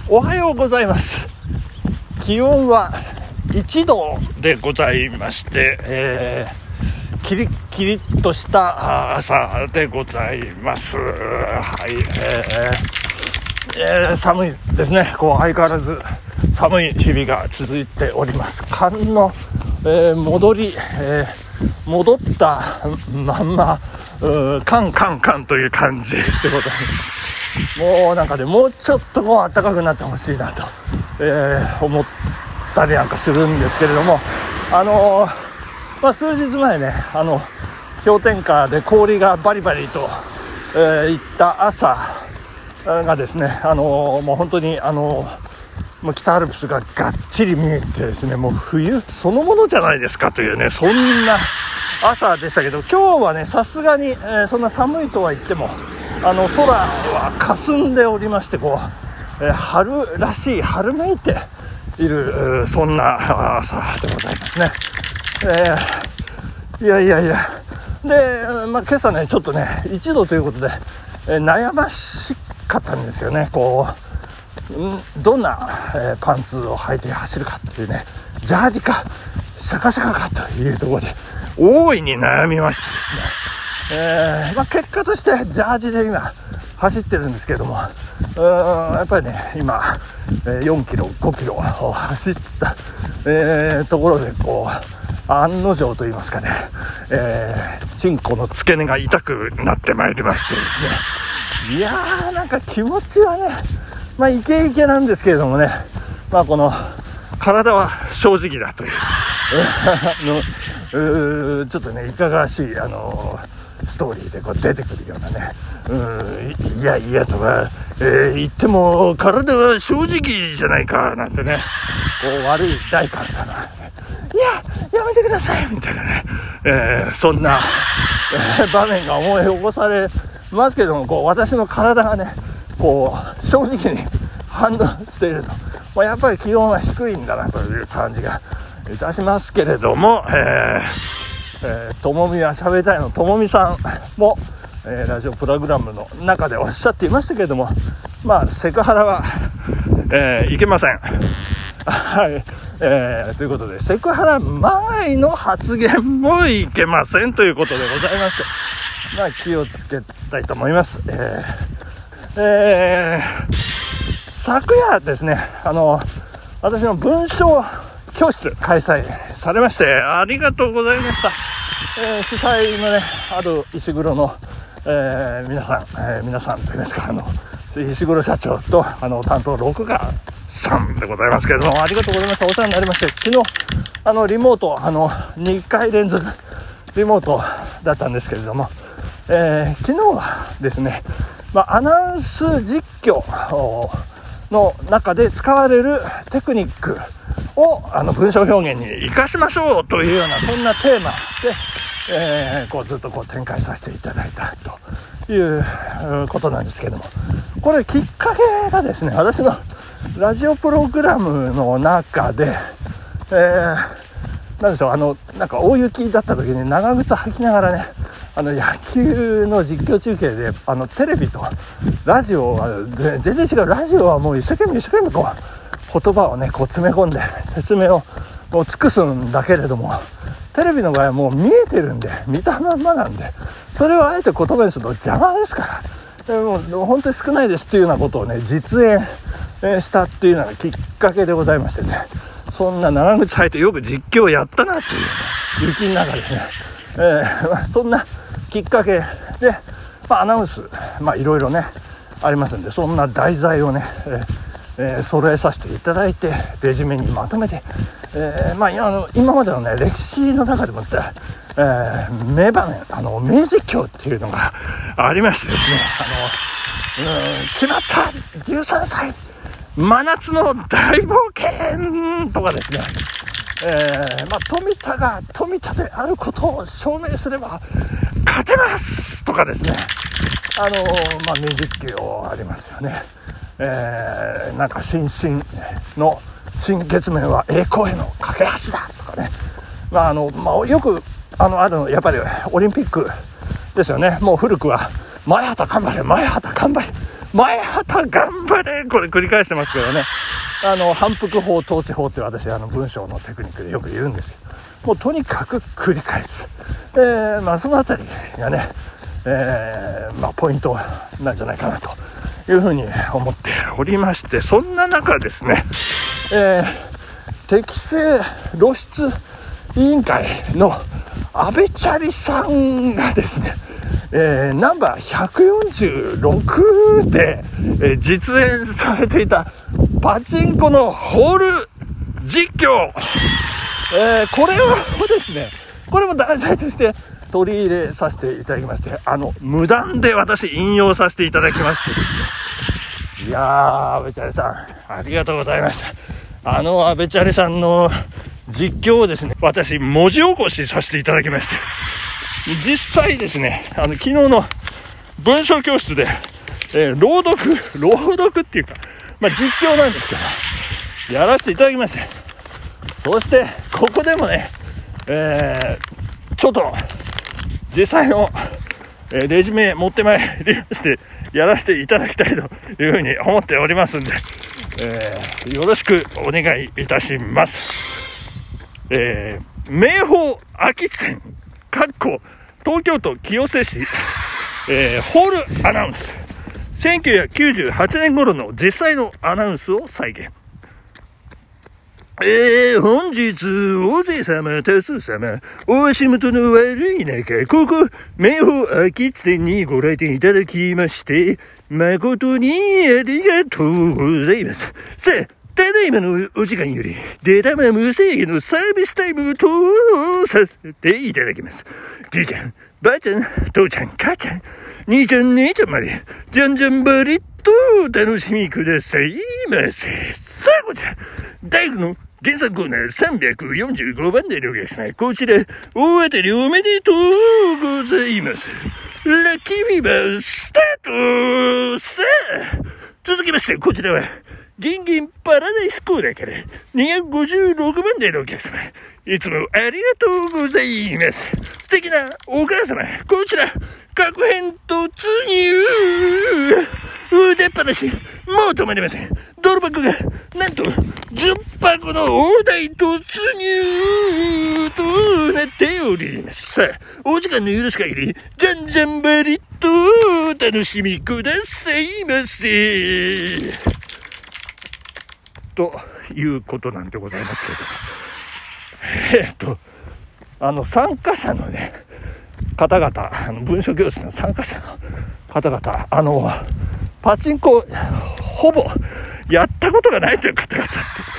おはようございます。気温は1度でございまして、キリッキリッとした朝でございます。はい、寒いですね。相変わらず寒い日々が続いております。寒の、戻ったまんまカンカンカンという感じでございます。もうなんかね、もうちょっと暖かくなってほしいなと、思ったりなんかするんですけれども、数日前ね、氷点下で氷がバリバリと、いった朝がですね、もう本当にもう北アルプスががっちり見えてですね、もう冬そのものじゃないですかというね、そんな朝でしたけど、今日はね、さすがに、そんな寒いとは言っても空は霞んでおりまして、春らしい、春めいている、そんな朝でございますね。いやで、今朝ね、ちょっとね1度ということで、悩ましかったんですよね。どんな、パンツを履いて走るかっていうね、ジャージかシャカシャカかというところで大いに悩みましてですね、結果としてジャージで今走ってるんですけれども、やっぱりね、今、4キロ5キロを走った、ところで案の定といいますかね、チンコの付け根が痛くなってまいりましてですね、いやー、なんか気持ちはね、イケイケなんですけれどもね、この体は正直だというちょっとね、いかがわしいストーリーで出てくるようなね、いやとか、言っても体は正直じゃないかなんてね、悪い大官さんが、いややめてくださいみたいなね、そんな、場面が思い起こされますけども、私の体がね、正直に反応していると、やっぱり気温は低いんだなという感じがいたしますけれども、ともみはしゃべりたいのともみさんも、ラジオプログラムの中でおっしゃっていましたけれども、セクハラは、いけません。はい、ということで、セクハラまがいの発言もいけませんということでございまして、気をつけたいと思います。昨夜ですね、私の文章教室開催されまして、ありがとうございました。主催のね、ある石黒の、皆さんといいますか、石黒社長と担当録画さんでございますけれども、ありがとうございました。お世話になりまして、昨日リモート2回連続リモートだったんですけれども、昨日はですね、アナウンス実況の中で使われるテクニックを文章表現に生かしましょうというような、そんなテーマで、ずっと展開させていただいたということなんですけども、これきっかけがですね、私のラジオプログラムの中で、なんでしょう、なんか大雪だった時に長靴履きながらね、野球の実況中継でテレビとラジオは全然違う。ラジオはもう一生懸命言葉をね詰め込んで説明を尽くすんだけれども、テレビの場合はもう見えてるんで、見たまんまなんで、それをあえて言葉にすると邪魔ですから、もう本当に少ないですっていうようなことをね実演したっていうのがきっかけでございましてね、そんな長靴履いてよく実況をやったなっていう、ね、雪の中でね、そんなきっかけで、アナウンスいろいろねありますんで、そんな題材をね、揃えさせていただいてレジュメにまとめて、今までのね歴史の中でもって、名場面名実況っていうのがありましてですね、決まった13歳真夏の大冒険とかですね、富田が富田であることを証明すれば勝てますとかですね、名実況ありますよね。なんか新の新月面は栄光への架け橋だとかね、よくあるやっぱりオリンピックですよね。もう古くは前畑頑張れ前畑頑張れ、これ繰り返してますけどね、反復法統治法って私文章のテクニックでよく言うんですよ。もうとにかく繰り返す、そのあたりがね、ポイントなんじゃないかなというふうに思っておりまして、そんな中ですね、適正露出委員会の安倍チャリさんがですね、ナンバー146で、実演されていたパチンコのホール実況、これをですね、これも題材として取り入れさせていただきまして、無断で私引用させていただきましてですね、いやー、安倍チャリさんありがとうございました。安倍チャリさんの実況をですね、私文字起こしさせていただきまして、実際ですね、昨日の文章教室で、朗読っていうか、実況なんですけどやらせていただきまして、そしてここでもね、ちょっと実際の、レジュメ持ってまいりましてやらせていただきたいというふうに思っておりますんで、よろしくお願いいたします。名宝空き地店東京都清瀬市、ホールアナウンス、1998年頃の実際のアナウンスを再現。本日大勢様多数様お足元の悪い中、ここ名宝空き地店にご来店いただきまして誠にありがとうございます。さあ、ただいまのお時間より出玉無制限のサービスタイムを投稿させていただきます。じいちゃん、ばあちゃん、父ちゃん、母ちゃん、兄ちゃん、姉ちゃんまでじゃんじゃんばりっとお楽しみくださいませ。さあ、こちら大工の原作コーナー345番でのお客様、こちら大当たりおめでとうございます。ラッキービーバースタート。さあ、続きましてこちらはギンギンパラダイスコーナーから256番でのお客様、いつもありがとうございます。素敵なお母様、こちら確変突入。腕っぱなし、もう止まりません。ドル箱がなんと10箱の大台突入となっております。さあ、お時間の許す限りじゃんじゃんばりっとお楽しみくださいませということなんでございますけど、参加者のね方々、文書教室の参加者の方々、パチンコほぼやったことがないという方々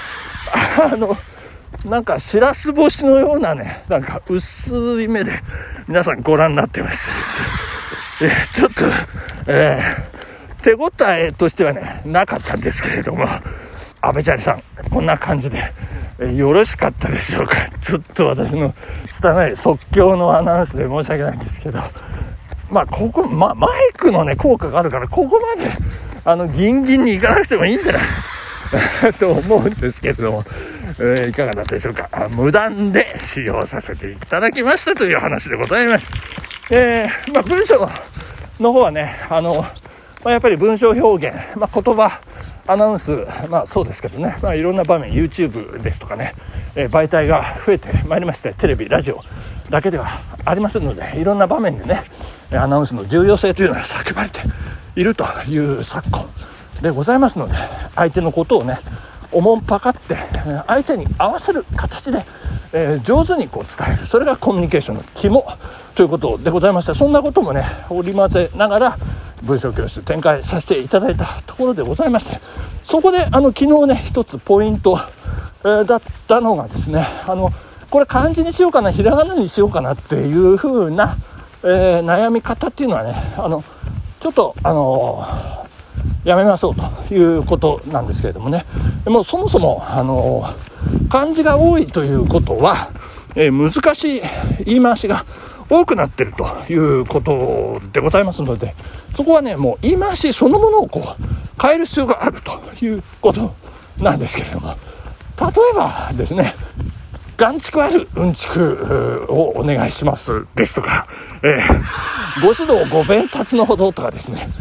ってなんかしらす干しのようなね、なんか薄い目で皆さんご覧になってましてちょっと、手応えとしてはねなかったんですけれども、安倍チャリさんこんな感じで、よろしかったでしょうか。ちょっと私の拙い即興のアナウンスで申し訳ないんですけど、マイクのね効果があるからここまでギンギンに行かなくてもいいんじゃないと思うんですけれども、いかがだったでしょうか。無断で使用させていただきましたという話でございます。文章の方はねやっぱり文章表現、言葉アナウンス、そうですけどね、いろんな場面 YouTube ですとかね、媒体が増えてまいりまして、テレビラジオだけではありませんので、いろんな場面でねアナウンスの重要性というのが叫ばれているという昨今でございますので、相手のことをねおもんぱかって相手に合わせる形で、上手に伝える、それがコミュニケーションの肝ということでございまして、そんなこともね織り交ぜながら文章教室展開させていただいたところでございまして、そこで昨日ね一つポイント、だったのがですね、これ漢字にしようかなひらがなにしようかなっていう風な、悩み方っていうのはねちょっとやめましょうということなんですけれどもね、もうそもそも漢字が多いということは、難しい言い回しが多くなっているということでございますので、そこはねもう言い回しそのものを変える必要があるということなんですけれども、例えばですね、眼蓄あるうんちくをお願いしますですとか、ご指導ご鞭撻のほどとかですね、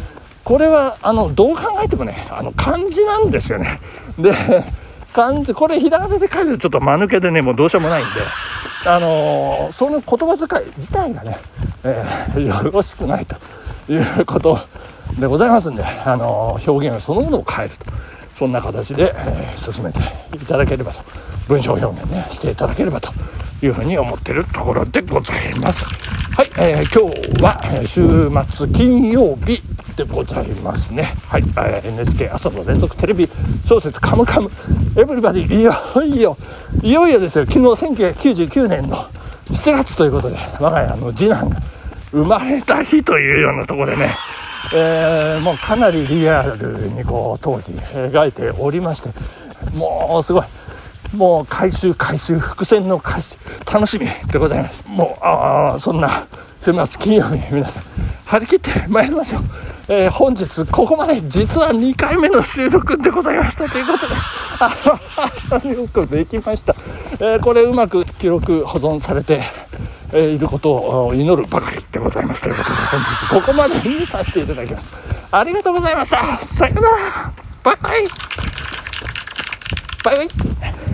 これはどう考えてもね漢字なんですよね。で漢字これひらがなで書いてるとちょっと間抜けでねもうどうしようもないんでその言葉遣い自体がね、よろしくないということでございますんで表現そのものを変えるとそんな形で、進めていただければと文章表現ねしていただければというふうに思っているところでございます。はい、今日は週末金曜日でございますね。はい、NHK 朝の連続テレビ小説カムカムエブリバディいよいよですよ。昨日1999年の7月ということで我が家の次男が生まれた日というようなところでね、もうかなりリアルにこう当時描いておりまして、もうすごいもう回収伏線の回収楽しみでございます。もうそんな週末金曜日皆さん張り切って参りましょう。本日ここまで実は2回目の収録でございましたということでよくできました。これうまく記録保存されていることを祈るばかりでございますということで本日ここまでにさせていただきます。ありがとうございました。さよなら。バイバイ。